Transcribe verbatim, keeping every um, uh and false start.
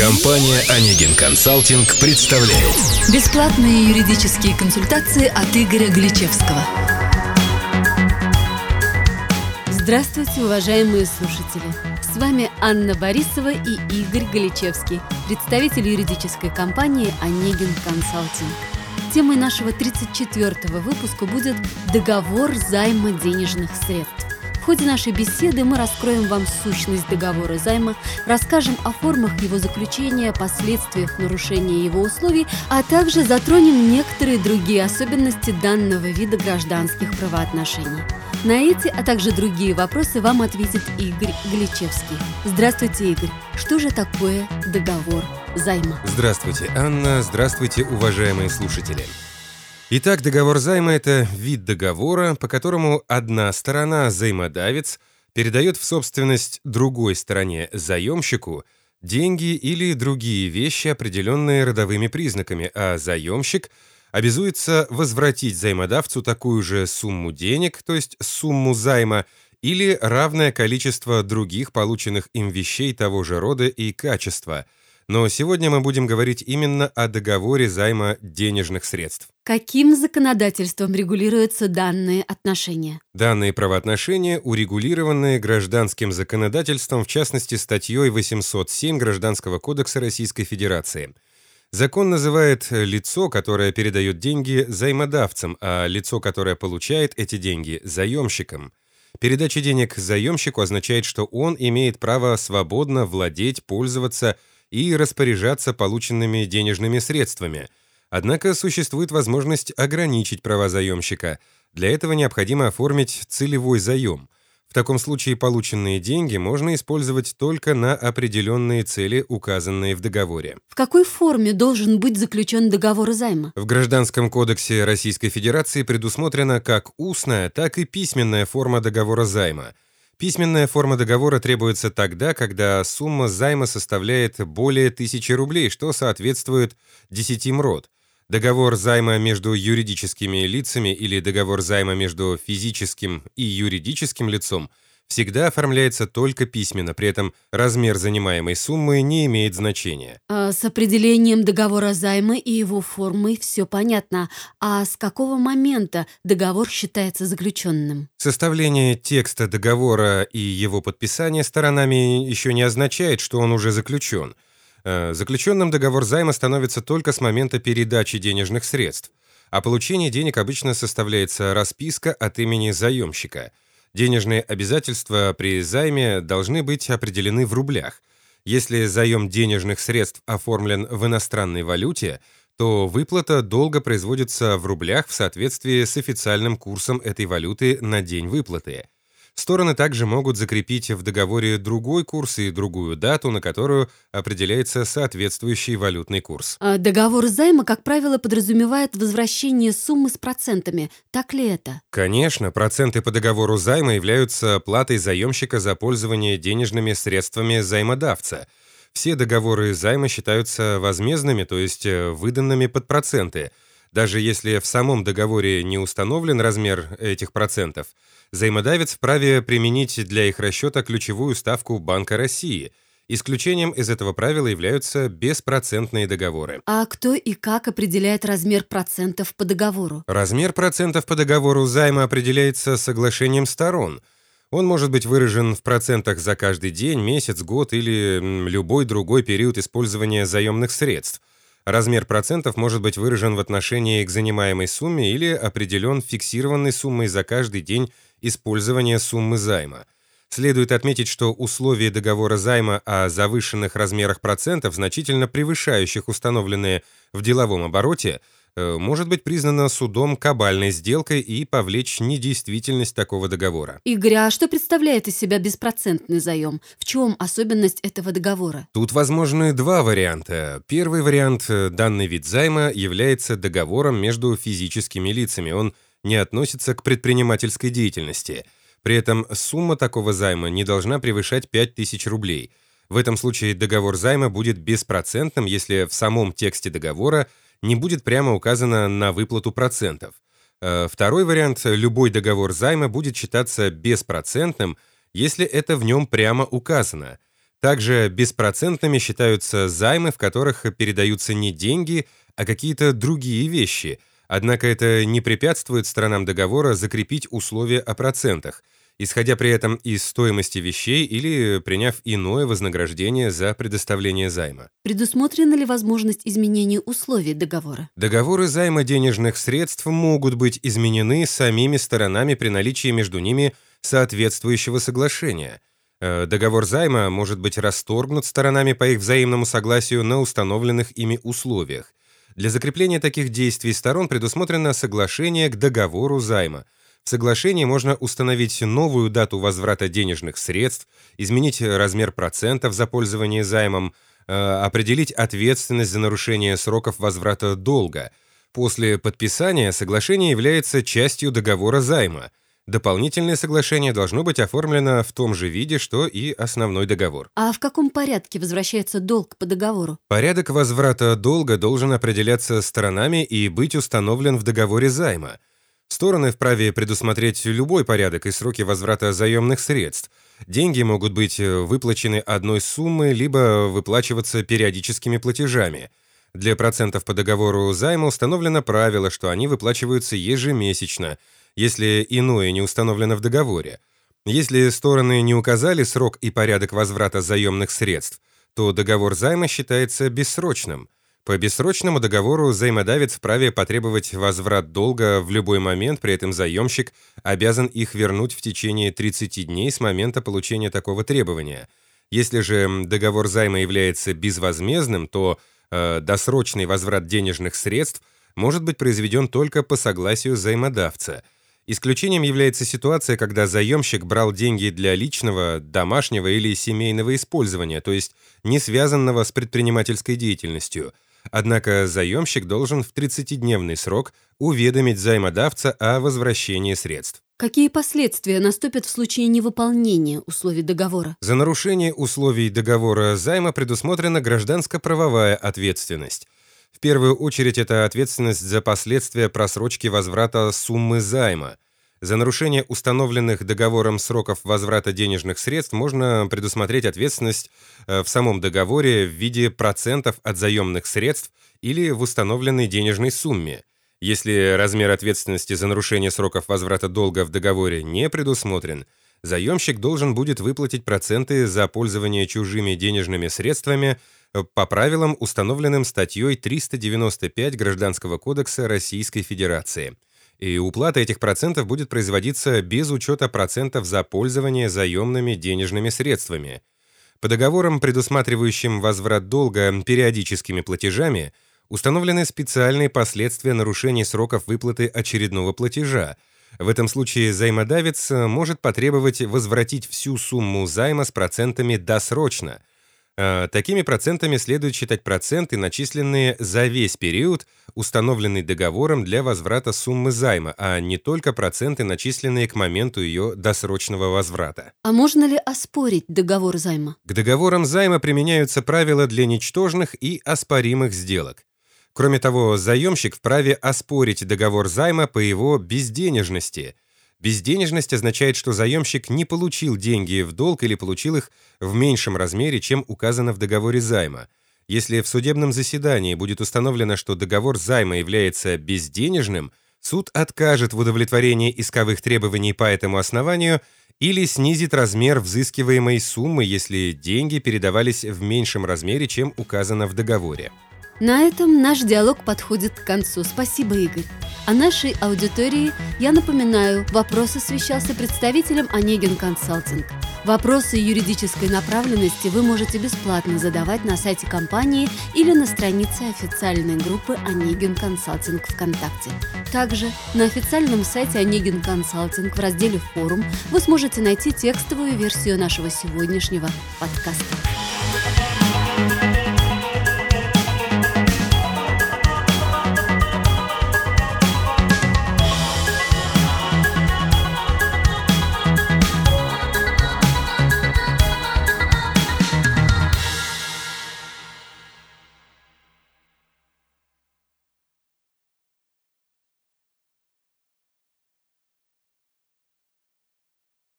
Компания «Онегин Консалтинг» представляет бесплатные юридические консультации от Игоря Гличевского. Здравствуйте, уважаемые слушатели! С вами Анна Борисова и Игорь Гличевский, представитель юридической компании «Онегин Консалтинг». Темой нашего тридцать четвёртого выпуска будет договор займа денежных средств. В ходе нашей беседы мы раскроем вам сущность договора займа, расскажем о формах его заключения, последствиях нарушения его условий, а также затронем некоторые другие особенности данного вида гражданских правоотношений. На эти, а также другие вопросы вам ответит Игорь Гличевский. Здравствуйте, Игорь. Что же такое договор займа? Здравствуйте, Анна. Здравствуйте, уважаемые слушатели. Итак, договор займа – это вид договора, по которому одна сторона, займодавец, передает в собственность другой стороне, заемщику, деньги или другие вещи, определенные родовыми признаками, а заемщик обязуется возвратить займодавцу такую же сумму денег, то есть сумму займа, или равное количество других полученных им вещей того же рода и качества. Но сегодня мы будем говорить именно о договоре займа денежных средств. Каким законодательством регулируются данные отношения? Данные правоотношения урегулированы гражданским законодательством, в частности, статьей восемьсот семь Гражданского кодекса Российской Федерации. Закон называет лицо, которое передает деньги, займодавцем, а лицо, которое получает эти деньги, заемщиком. Передача денег заемщику означает, что он имеет право свободно владеть, пользоваться и распоряжаться полученными денежными средствами. Однако существует возможность ограничить права заемщика. Для этого необходимо оформить целевой заем. В таком случае полученные деньги можно использовать только на определенные цели, указанные в договоре. В какой форме должен быть заключен договор займа? В Гражданском кодексе Российской Федерации предусмотрена как устная, так и письменная форма договора займа. Письменная форма договора требуется тогда, когда сумма займа составляет более тысячи рублей, что соответствует десяти МРОТ. Договор займа между юридическими лицами или договор займа между физическим и юридическим лицом всегда оформляется только письменно, при этом размер занимаемой суммы не имеет значения. А с определением договора займа и его формой все понятно. А с какого момента договор считается заключенным? Составление текста договора и его подписание сторонами еще не означает, что он уже заключен. Заключенным договор займа становится только с момента передачи денежных средств. О получении денег обычно составляется расписка от имени заемщика. Денежные обязательства при займе должны быть определены в рублях. Если заем денежных средств оформлен в иностранной валюте, то выплата долга производится в рублях в соответствии с официальным курсом этой валюты на день выплаты. Стороны также могут закрепить в договоре другой курс и другую дату, на которую определяется соответствующий валютный курс. А договор займа, как правило, подразумевает возвращение суммы с процентами. Так ли это? Конечно, проценты по договору займа являются платой заемщика за пользование денежными средствами займодавца. Все договоры займа считаются возмездными, то есть выданными под проценты. Даже если в самом договоре не установлен размер этих процентов, займодавец вправе применить для их расчета ключевую ставку Банка России. Исключением из этого правила являются беспроцентные договоры. А кто и как определяет размер процентов по договору? Размер процентов по договору займа определяется соглашением сторон. Он может быть выражен в процентах за каждый день, месяц, год или любой другой период использования заемных средств. Размер процентов может быть выражен в отношении к занимаемой сумме или определен фиксированной суммой за каждый день использования суммы займа. Следует отметить, что условия договора займа о завышенных размерах процентов, значительно превышающих установленные в деловом обороте, может быть признано судом кабальной сделкой и повлечь недействительность такого договора. Игорь, а что представляет из себя беспроцентный заем? В чем особенность этого договора? Тут возможны два варианта. Первый вариант – данный вид займа является договором между физическими лицами. Он не относится к предпринимательской деятельности. При этом сумма такого займа не должна превышать пять тысяч рублей. В этом случае договор займа будет беспроцентным, если в самом тексте договора не будет прямо указано на выплату процентов. Второй вариант – любой договор займа будет считаться беспроцентным, если это в нем прямо указано. Также беспроцентными считаются займы, в которых передаются не деньги, а какие-то другие вещи. Однако это не препятствует сторонам договора закрепить условия о процентах, исходя при этом из стоимости вещей или приняв иное вознаграждение за предоставление займа. Предусмотрена ли возможность изменения условий договора? Договоры займа денежных средств могут быть изменены самими сторонами при наличии между ними соответствующего соглашения. Договор займа может быть расторгнут сторонами по их взаимному согласию на установленных ими условиях. Для закрепления таких действий сторон предусмотрено соглашение к договору займа. В соглашении можно установить новую дату возврата денежных средств, изменить размер процентов за пользование займом, э, определить ответственность за нарушение сроков возврата долга. После подписания соглашение является частью договора займа. Дополнительное соглашение должно быть оформлено в том же виде, что и основной договор. А в каком порядке возвращается долг по договору? Порядок возврата долга должен определяться сторонами и быть установлен в договоре займа. Стороны вправе предусмотреть любой порядок и сроки возврата заемных средств. Деньги могут быть выплачены одной суммой, либо выплачиваться периодическими платежами. Для процентов по договору займа установлено правило, что они выплачиваются ежемесячно, если иное не установлено в договоре. Если стороны не указали срок и порядок возврата заемных средств, то договор займа считается бессрочным. По бессрочному договору займодавец вправе потребовать возврат долга в любой момент, при этом заемщик обязан их вернуть в течение тридцати дней с момента получения такого требования. Если же договор займа является безвозмездным, то э, досрочный возврат денежных средств может быть произведен только по согласию займодавца. Исключением является ситуация, когда заемщик брал деньги для личного, домашнего или семейного использования, то есть не связанного с предпринимательской деятельностью. Однако заемщик должен в тридцатидневный срок уведомить займодавца о возвращении средств. Какие последствия наступят в случае невыполнения условий договора? За нарушение условий договора займа предусмотрена гражданско-правовая ответственность. В первую очередь это ответственность за последствия просрочки возврата суммы займа. За нарушение установленных договором сроков возврата денежных средств можно предусмотреть ответственность в самом договоре в виде процентов от заемных средств или в установленной денежной сумме. Если размер ответственности за нарушение сроков возврата долга в договоре не предусмотрен, заемщик должен будет выплатить проценты за пользование чужими денежными средствами по правилам, установленным статьей триста девяносто пять Гражданского кодекса Российской Федерации. И уплата этих процентов будет производиться без учета процентов за пользование заемными денежными средствами. По договорам, предусматривающим возврат долга периодическими платежами, установлены специальные последствия нарушений сроков выплаты очередного платежа. В этом случае займодавец может потребовать возвратить всю сумму займа с процентами досрочно. Такими процентами следует считать проценты, начисленные за весь период, установленный договором для возврата суммы займа, а не только проценты, начисленные к моменту ее досрочного возврата. А можно ли оспорить договор займа? К договорам займа применяются правила для ничтожных и оспоримых сделок. Кроме того, заемщик вправе оспорить договор займа по его безденежности. Безденежность означает, что заемщик не получил деньги в долг или получил их в меньшем размере, чем указано в договоре займа. Если в судебном заседании будет установлено, что договор займа является безденежным, суд откажет в удовлетворении исковых требований по этому основанию или снизит размер взыскиваемой суммы, если деньги передавались в меньшем размере, чем указано в договоре. На этом наш диалог подходит к концу. Спасибо, Игорь. О нашей аудитории я напоминаю, вопрос освещался представителем Онегин Консалтинг. Вопросы юридической направленности вы можете бесплатно задавать на сайте компании или на странице официальной группы Онегин Консалтинг ВКонтакте. Также на официальном сайте Онегин Консалтинг в разделе «Форум» вы сможете найти текстовую версию нашего сегодняшнего подкаста.